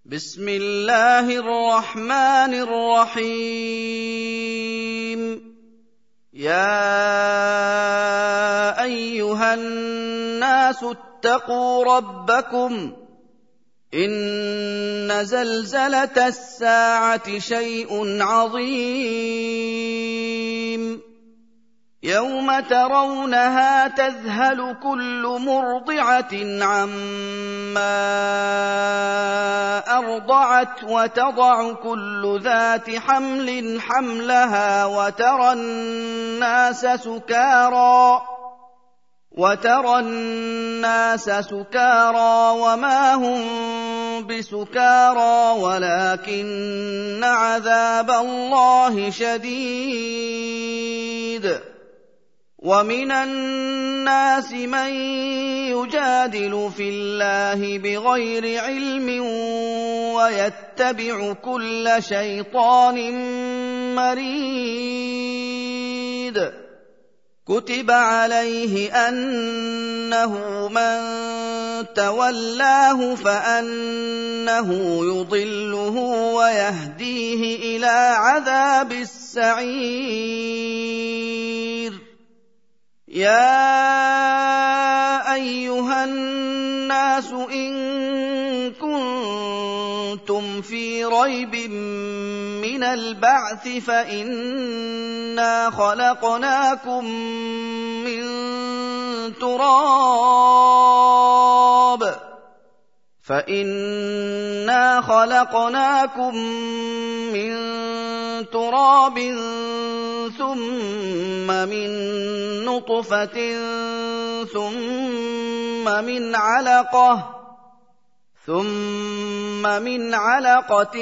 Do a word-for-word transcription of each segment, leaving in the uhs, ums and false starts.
بسم الله الرحمن الرحيم يا أيها الناس اتقوا ربكم إن زلزلة الساعة شيء عظيم يوم ترونها تذهل كل مرضعة عما أرضعت وتضع كل ذات حمل حملها وترى الناس سكارى وترى الناس سكارى وما هم بسكارى ولكن عذاب الله شديد ومن الناس من يجادل في الله بغير علم ويتبع كل شيطان مريد كتب عليه أنه من تولاه فأنه يضله ويهديه إلى عذاب السعير يا أيها الناس إن كنتم في ريب من البعث فإنا خلقناكم من تراب فإنا خلقناكم من تراب ثم من نطفة ثم من علقة ثم من علقة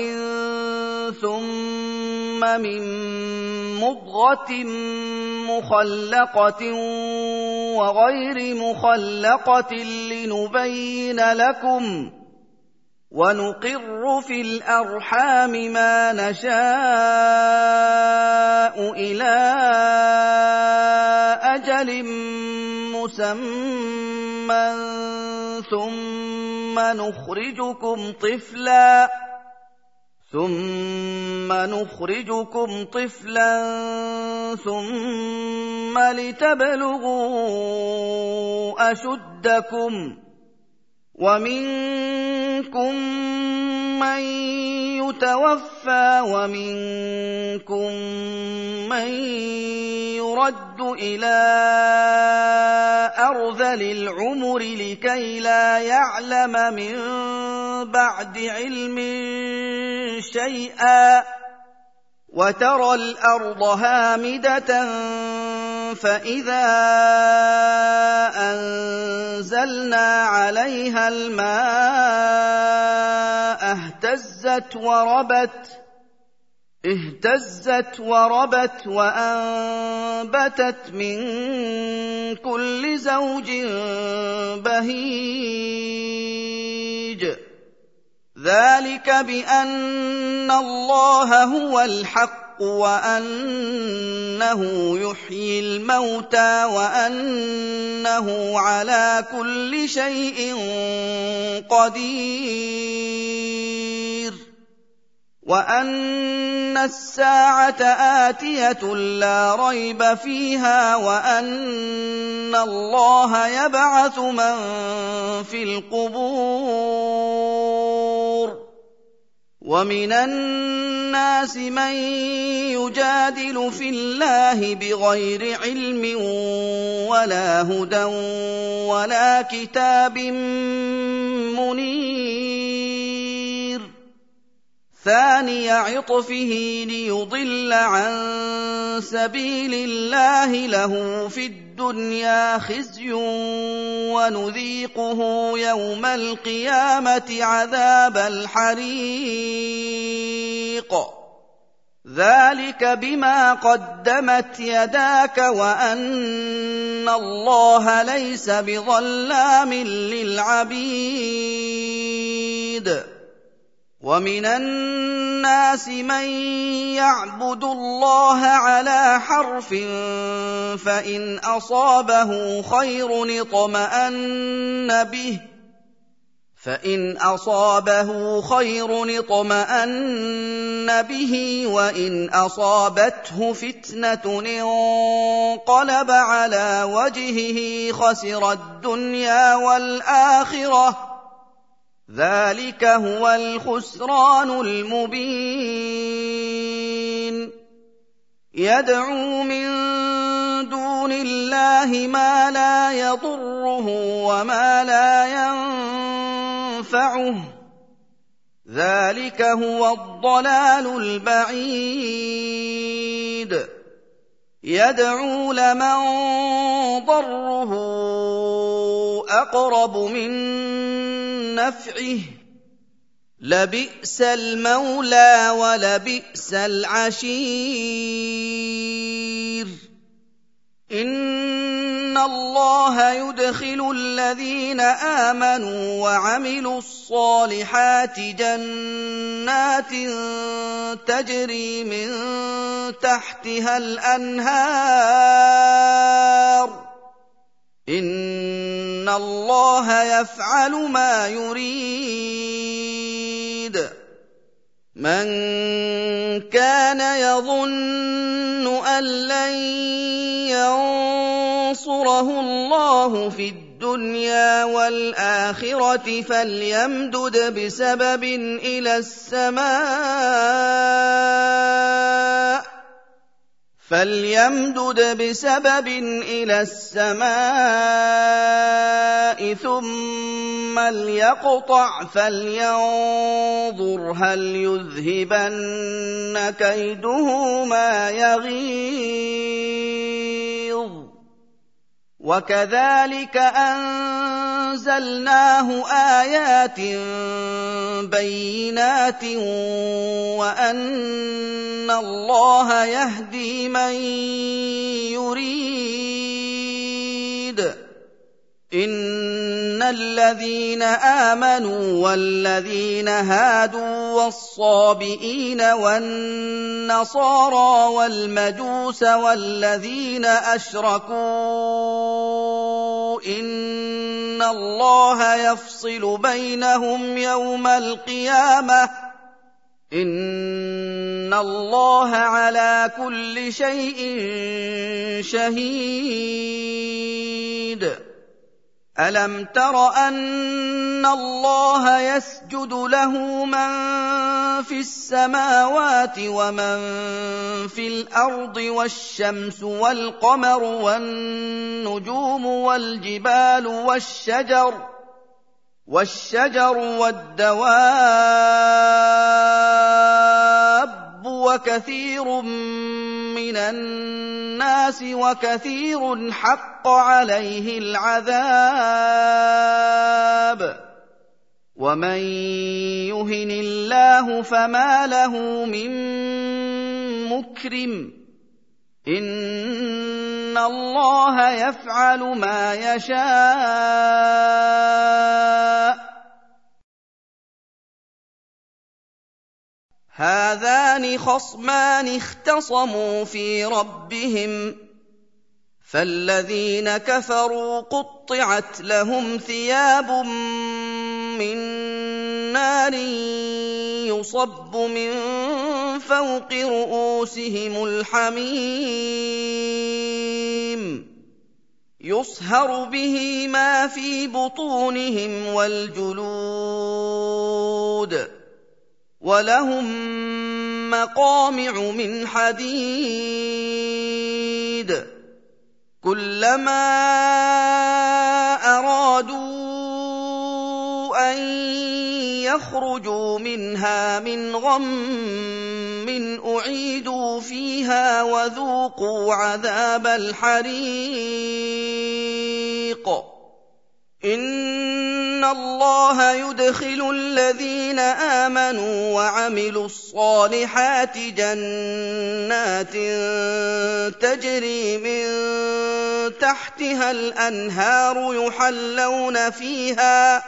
ثم من مضغة مخلقة وغير مخلقة لنبين لكم ونقر في الأرحام ما نشاء إلى أجل مسمى ثم نخرجكم طفلا ثم نخرجكم طفلا ثم لتبلغوا أشدكم ومنكم من يتوفى ومنكم من يرد إلى أرذل العمر لكي لا يعلم من بعد علم شيئا وترى الأرض هامدة فإذا أنزلنا عليها الماء اهتزت وربت اهتزت وربت وأنبتت من كل زوج بهيج ذلك بأن الله هو الحق وأنه يحيي الموتى وأنه على كل شيء قدير وأن الساعة آتية لا ريب فيها وأن الله يبعث من في القبور ومن الناس من يجادل في الله بغير علم ولا هدى ولا كتاب منير ثاني عطفه ليضل عن سبيل الله له في الدنيا خزي ونذيقه يوم القيامة عذاب الحريق ذلك بما قدمت يداك وأن الله ليس بظلام للعبيد ومن الناس من يعبد الله على حرف فإن أصابه خير اطمأن به فإن أصابه خير اطمأن به وإن أصابته فتنة انقلب على وجهه خسر الدنيا والآخرة ذلك هو الخسران المبين يدعو من دون الله ما لا يضره وما لا ينفعه ذلك هو الضلال البعيد يدعو لمن ضره أقرب من نفعه لبئس المولى ولبئس العشير إن الله يدخل الذين آمنوا وعملوا الصالحات جنات تجري من تحتها الأنهار إن الله يفعل ما يريد من كان يظن أن لن ينصره الله في الدنيا والآخرة فليمدد بسبب إلى السماء فليمدد بسبب إلى السماء ثم ليقطع فلينظر هل يذهبن كيده ما يغيظ وكذلك أنزلناه آيات بينات وأن الله يهدي من يريد إن الذين آمنوا والذين هادوا والصابئين والنصارى والمجوس والذين أشركوا إن الله يفصل بينهم يوم القيامة إن الله على كل شيء شهيد ألم تر أن الله يسجد له من في السماوات ومن في الأرض والشمس والقمر والنجوم والجبال والشجر والشجر والدواب وكثير من الناس وكثير حق عليه العذاب ومن يهن الله فما له من مكرم إن الله يفعل ما يشاء هذان خصمان اختصموا في ربهم فالذين كفروا قطعت لهم ثياب من نار يصب من فوق رؤوسهم الحميم يصهر به ما في بطونهم والجلود ولهم مقامع من حديد كلما أرادوا أن يخرجوا منها من غم أعيدوا فيها وذوقوا عذاب الحريق إن الله يدخل الذين آمنوا وعملوا الصالحات جنات تجري من تحتها الأنهار يحلون فيها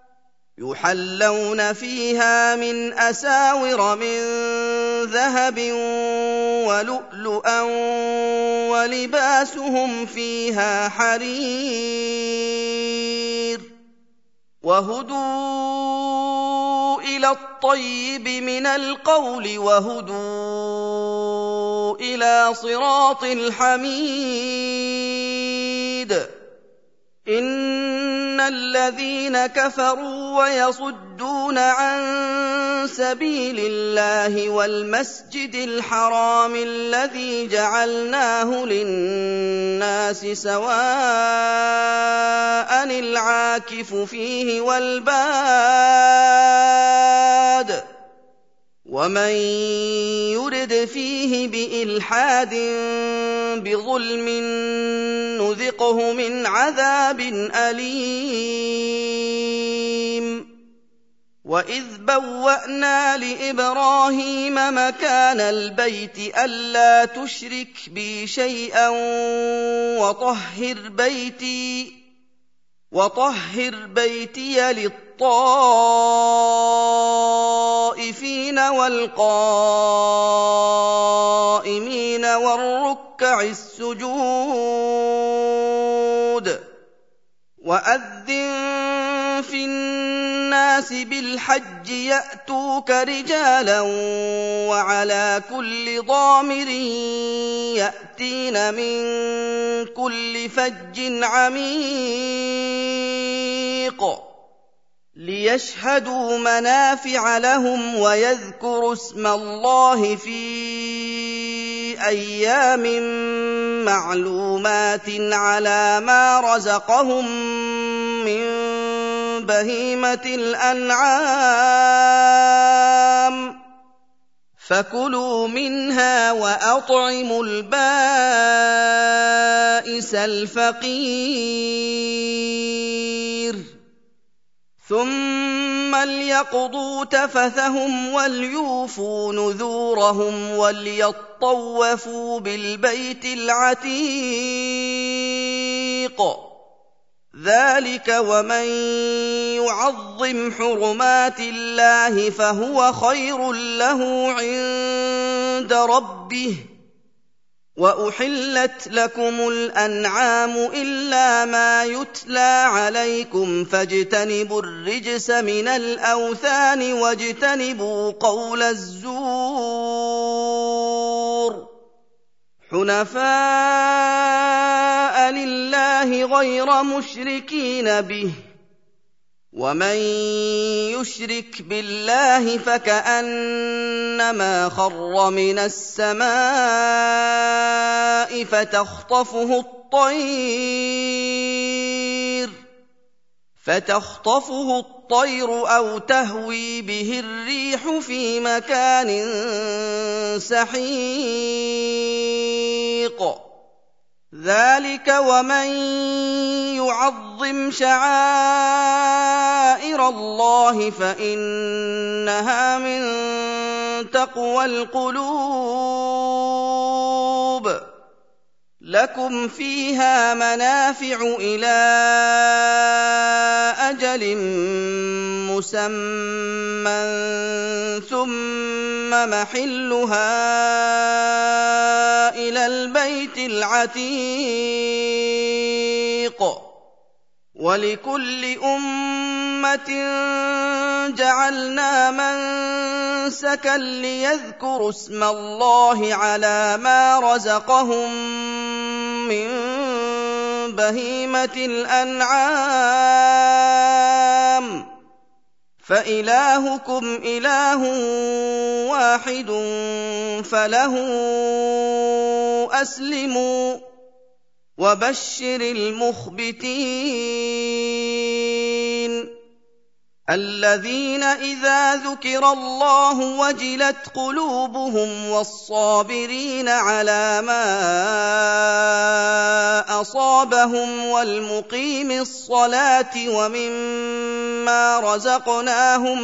يحلون فيها من أساور من ذهب ولؤلؤا ولباسهم فيها حرير وهدوا إلى الطيب من القول وهدوا إلى صراط الحميد إن الذين كفروا ويصدون عن سبيل الله والمسجد الحرام الذي جعلناه للناس سواء العاكف فيه والباد ومن يرد فيه بإلحاد بظلم نذقه من عذاب أليم وإذ بوأنا لإبراهيم مكان البيت ألا تشرك بي شيئا وطهر بيتي وطهر بيتي للطائفين والقائمين والركع السجود وأذن في الناس بالحج يأتوك رجالا وعلى كل ضامر يأتين من كل فج عميق ليشهدوا منافع لهم ويذكروا اسم الله في أيام معلومات على ما رزقهم من بهيمة الأنعام فكلوا منها وأطعموا البائس الفقير ثم ليقضوا تفثهم وليوفوا نذورهم وليطوفوا بالبيت العتيق ذلك ومن يعظم حرمات الله فهو خير له عند ربه وأحلت لكم الأنعام إلا ما يتلى عليكم فاجتنبوا الرجس من الأوثان واجتنبوا قول الزور حنفاء لله غير مشركين به ومن يشرك بالله فكأنما خر من السماء فتخطفه الطير فتخطفه الطير أو تهوي به الريح في مكان سحيق ذلك ومن يعظم شعائر الله فإنها من تقوى القلوب لكم فيها منافع إلى أجل مسمى ثم محلها إلى البيت العتيق ولكل أمة جعلنا منسكا ليذكروا اسم الله على ما رزقهم من بهيمة الأنعام فإلهكم إله واحد فله أسلموا وبشر المخبتين الذين إذا ذكر الله وجلت قلوبهم والصابرين على ما أصابهم والمقيم الصلاة ومما رزقناهم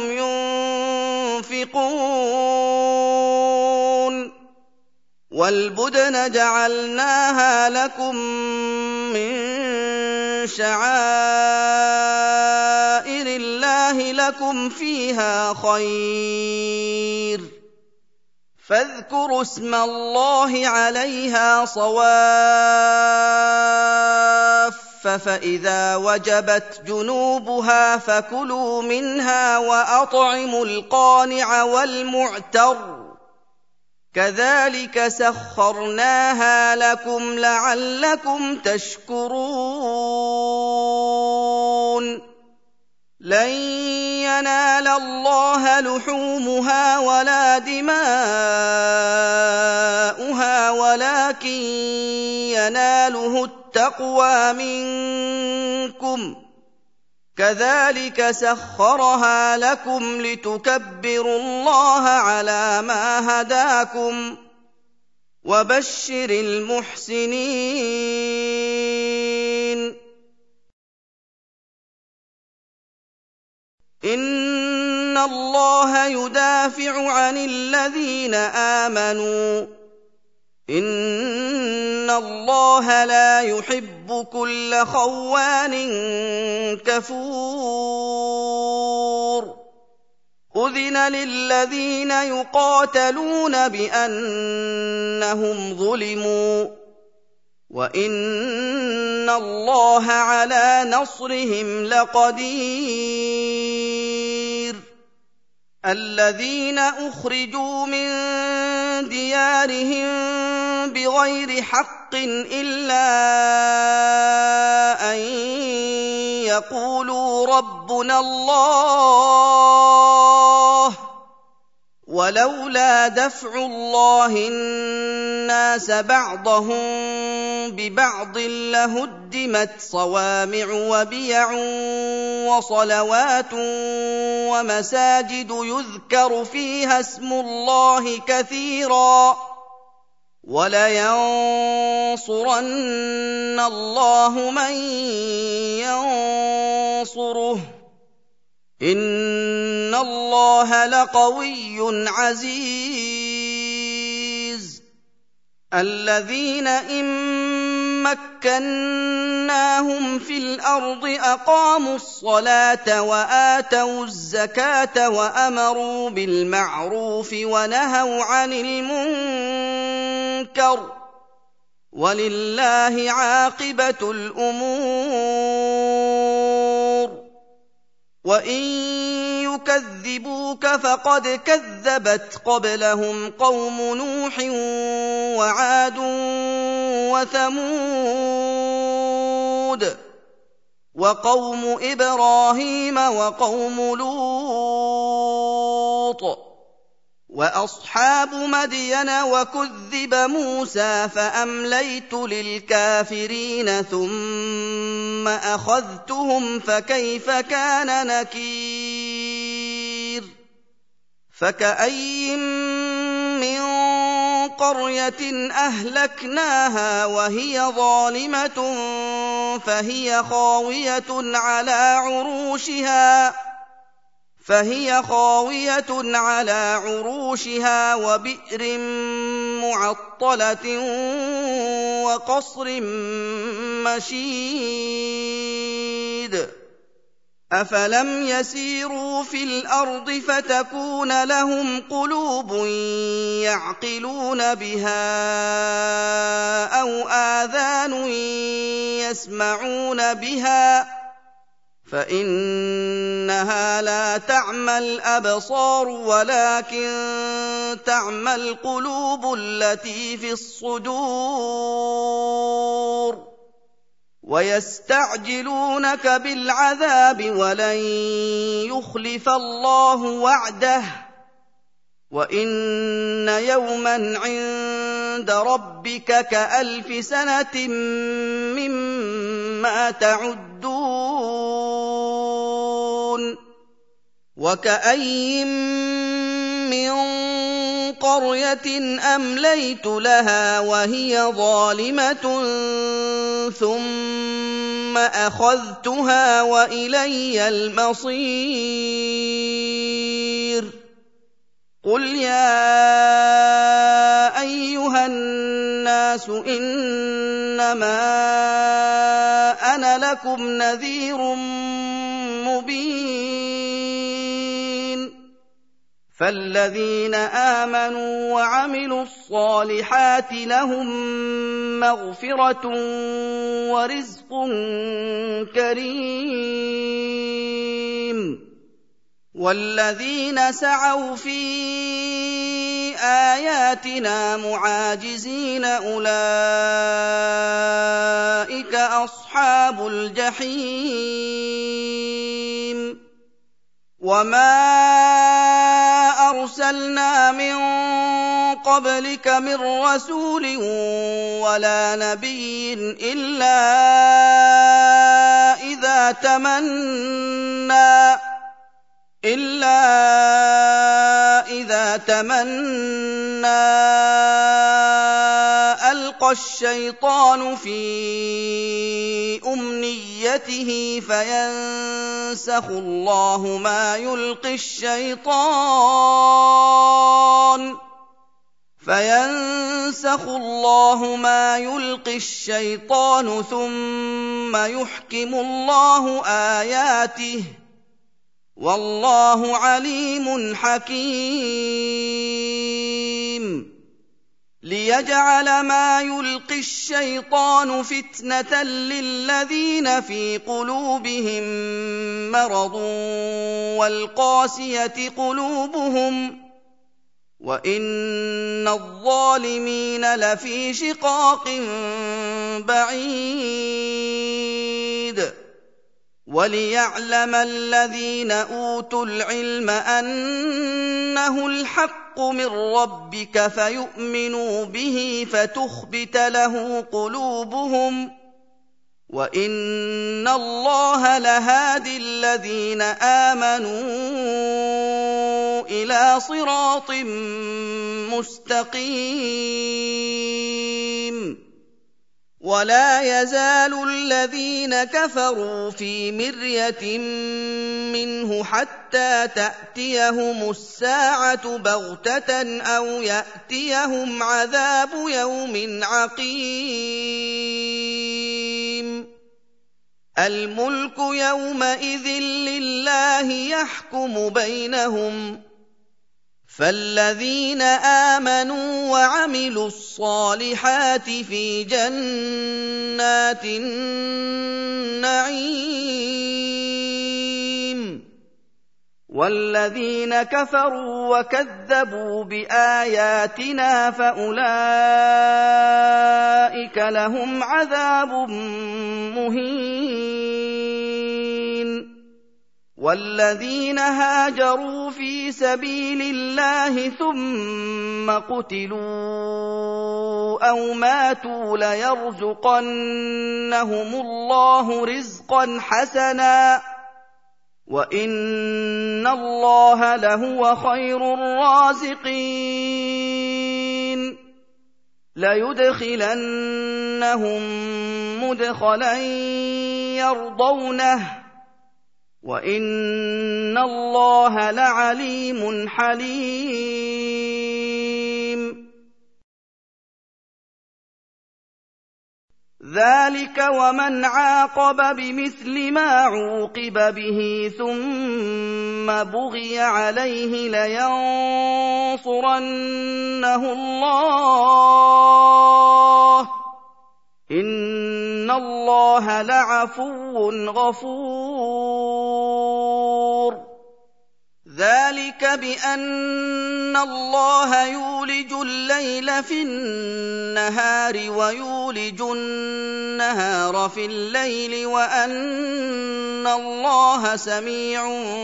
ينفقون والبدن جعلناها لكم من شعائر الله لكم فيها خير فاذكروا اسم الله عليها صواف فإذا وجبت جنوبها فكلوا منها وأطعموا القانع والمعتر كذلك سخرناها لكم لعلكم تشكرون لن ينال الله لحومها ولا دماؤها ولكن يناله التقوى منكم كذلك سخرها لكم لتكبروا الله على ما هداكم وبشر المحسنين إن الله يدافع عن الذين آمنوا إن الله لا يحب كل خوان كفور أذن للذين يقاتلون بأنهم ظلموا وإن الله على نصرهم لقدير الذين أخرجوا من ديارهم بغير حق إلا أن يقولوا ربنا الله ولولا دفع الله الناس بعضهم ببعض لهدمت صوامع وبيع وصلوات ومساجد يذكر فيها اسم الله كثيرا ولينصرن الله من ينصره إن الله لقوي عزيز الذين إن مكناهم في الأرض أقاموا الصلاة وآتوا الزكاة وأمروا بالمعروف ونهوا عن المنكر ولله عاقبة الأمور وإن يكذبوك فقد كذبت قبلهم قوم نوح وعاد وثمود وقوم إبراهيم وقوم لوط وأصحاب مدين وكذب موسى فأمليت للكافرين ثم أخذتهم فكيف كان نكير فكأي من قرية أهلكناها وهي ظالمة فهي خاوية على عروشها فهي خاوية على عروشها وبئر معطلة وقصر مشيد أفلم يسيروا في الأرض فتكون لهم قلوب يعقلون بها أو آذان يسمعون بها فإنها لا تعمى الأبصار ولكن تعمى القلوب التي في الصدور ويستعجلونك بالعذاب ولن يخلف الله وعده وإن يوما عند ربك كألف سنة مما تعدون وكأي من قرية أمليت لها وهي ظالمة ثم أخذتها وإلي المصير قل يا أيها الناس إنما أنا لكم نذير مبين فالذين آمنوا وعملوا الصالحات لهم مغفرة ورزق كريم والذين سعوا في آياتنا معاجزين أولئك أصحاب الجحيم وما أرسلنا من قبلك من رسول ولا نبي إلا إذا تمنى إلا إذا تمنى ألقى الشيطان في أمنيته فينسخ الله ما يلقي الشيطان فينسخ الله ما يلقي الشيطان ثم يحكم الله آياته والله عليم حكيم ليجعل ما يلقي الشيطان فتنة للذين في قلوبهم مرض والقاسية قلوبهم وإن الظالمين لفي شقاق بعيد وليعلم الذين أوتوا العلم أنه الحق من ربك فيؤمنوا به فتخبت له قلوبهم وإن الله لهادي الذين آمنوا إلى صراط مستقيم ولا يزال الذين كفروا في مرية منه حتى تأتيهم الساعة بغتة أو يأتيهم عذاب يوم عقيم الملك يومئذ لله يحكم بينهم فالذين آمنوا وعملوا الصالحات في جنات النعيم والذين كفروا وكذبوا بآياتنا فأولئك لهم عذاب مهين والذين هاجروا في سبيل الله ثم قتلوا أو ماتوا ليرزقنهم الله رزقا حسنا وإن الله لهو خير الرازقين ليدخلنهم مدخلا يرضونه وإن الله لعليم حليم ذلك ومن عاقب بمثل ما عوقب به ثم بغي عليه لينصرنه الله إن الله لعفو غفور ذلك بأن الله يولج الليل في النهار ويولج النهار في الليل وأن الله سميع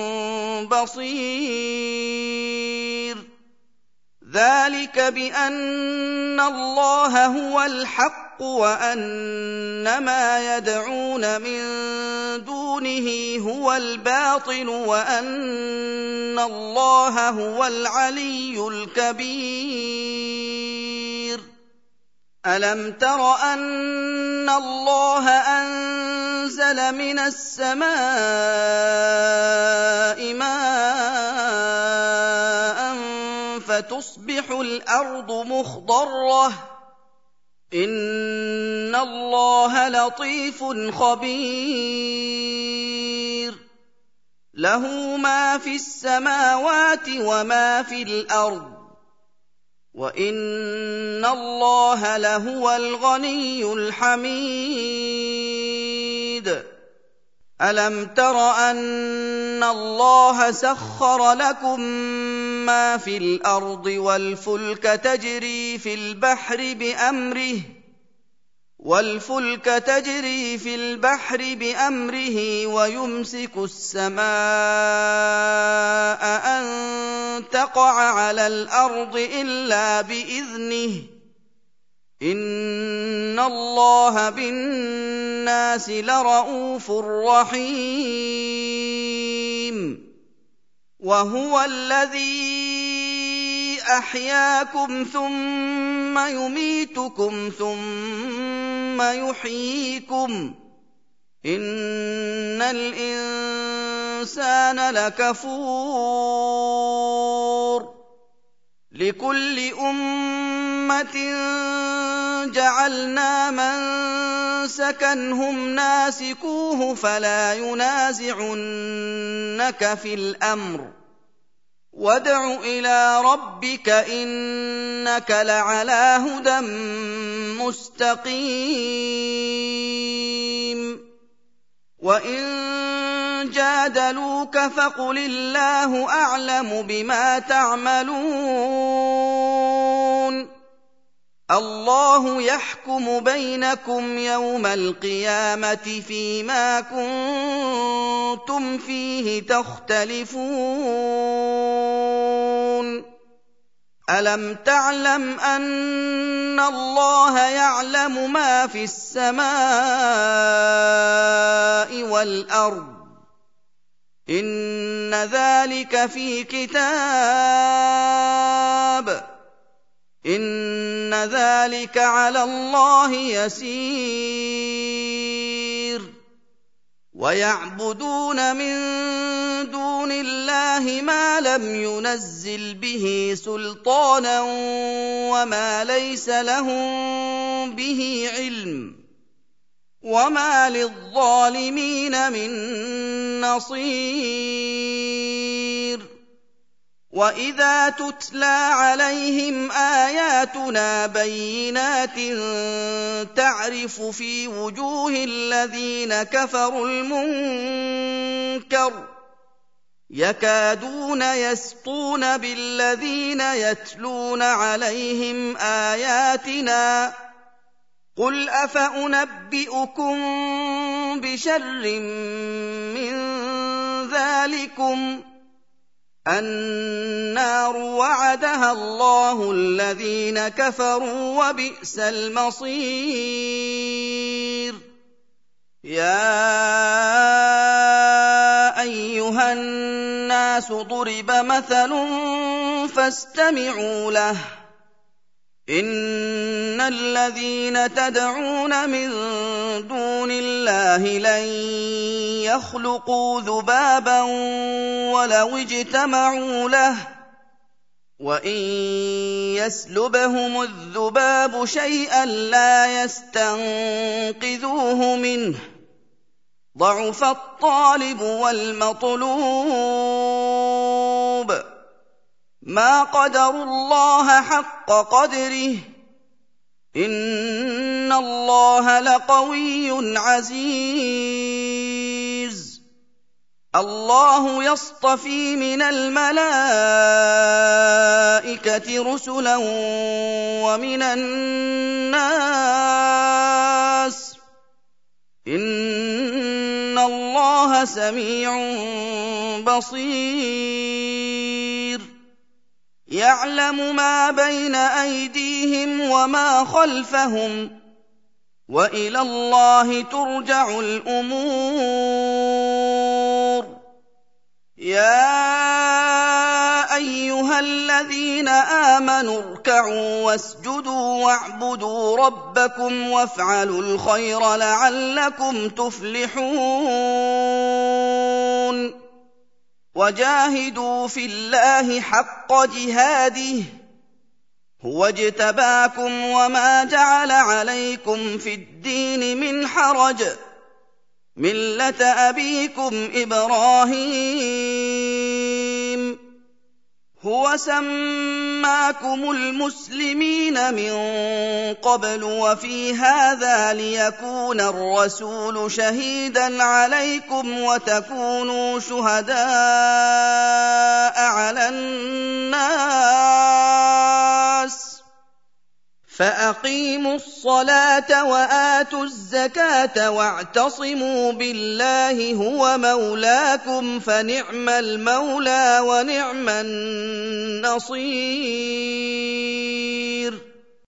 بصير ذلك بأن الله هو الحق وأن ما يدعون من دونه هو الباطل وأن الله هو العلي الكبير ألم تر أن الله أنزل من السماء ماء فتصبح الأرض مخضرة إن الله لطيف خبير له ما في السماوات وما في الأرض وإن الله لهو الغني الحميد ألم تر أن الله سخر لكم ما في الأرض والفلك تجري في البحر بأمره والفلك تجري في البحر بأمره ويمسك السماء أن تقع على الأرض إلا بإذنه إن الله بالناس لرءوف رحيم وهو الذي أحياكم ثم يميتكم ثم يحييكم إن الإنسان لكفور لكل أمة جعلنا منسكا هم ناسكوه فلا ينازعنك في الأمر وادع إلى ربك إنك لعلى هدى مستقيم وإن جادلوك فقل الله أعلم بما تعملون الله يحكم بينكم يوم القيامة فيما كنتم فيه تختلفون ألم تعلم أن الله يعلم ما في السماء والأرض إن ذلك في كتاب إن ذلك على الله يسير ويعبدون من دون الله ما لم ينزل به سلطانا وما ليس لهم به علم وما للظالمين من نصير وإذا تتلى عليهم آياتنا بينات تعرف في وجوه الذين كفروا المنكر يكادون يسطون بالذين يتلون عليهم آياتنا قل أفأنبئكم بشر من ذلكم النار وعدها الله الذين كفروا وبئس المصير يا أيها الناس ضرب مثل فاستمعوا له إن الذين تدعون من دون الله لن يخلقوا ذبابا ولو اجتمعوا له وإن يسلبهم الذباب شيئا لا يستنقذوه منه ضعف الطالب والمطلوب ما قدروا الله حق قدره إن الله لقوي عزيز الله يصطفي من الملائكة رسلا ومن الناس إن الله سميع بصير يعلم ما بين أيديهم وما خلفهم وإلى الله ترجع الأمور يا أيها الذين آمنوا اركعوا واسجدوا واعبدوا ربكم وافعلوا الخير لعلكم تفلحون وجاهدوا في الله حق جهاده هو اجتباكم وما جعل عليكم في الدين من حرج مِّلَّةَ أَبِيكُمْ إِبْرَاهِيمَ هُوَ سَمَّاكُمُ الْمُسْلِمِينَ مِن قَبْلُ وَفِي هَٰذَا لِيَكُونَ الرَّسُولُ شَهِيدًا عَلَيْكُمْ وَتَكُونُوا شُهَدَاءَ عَلَى النَّاسِ ۚ فَأَقِيمُوا الصَّلَاةَ وَآتُوا الزَّكَاةَ وَاعْتَصِمُوا بِاللَّهِ هُوَ مَوْلَاكُمْ ۖ فَنِعْمَ الْمَوْلَىٰ وَنِعْمَ النَّصِيرُ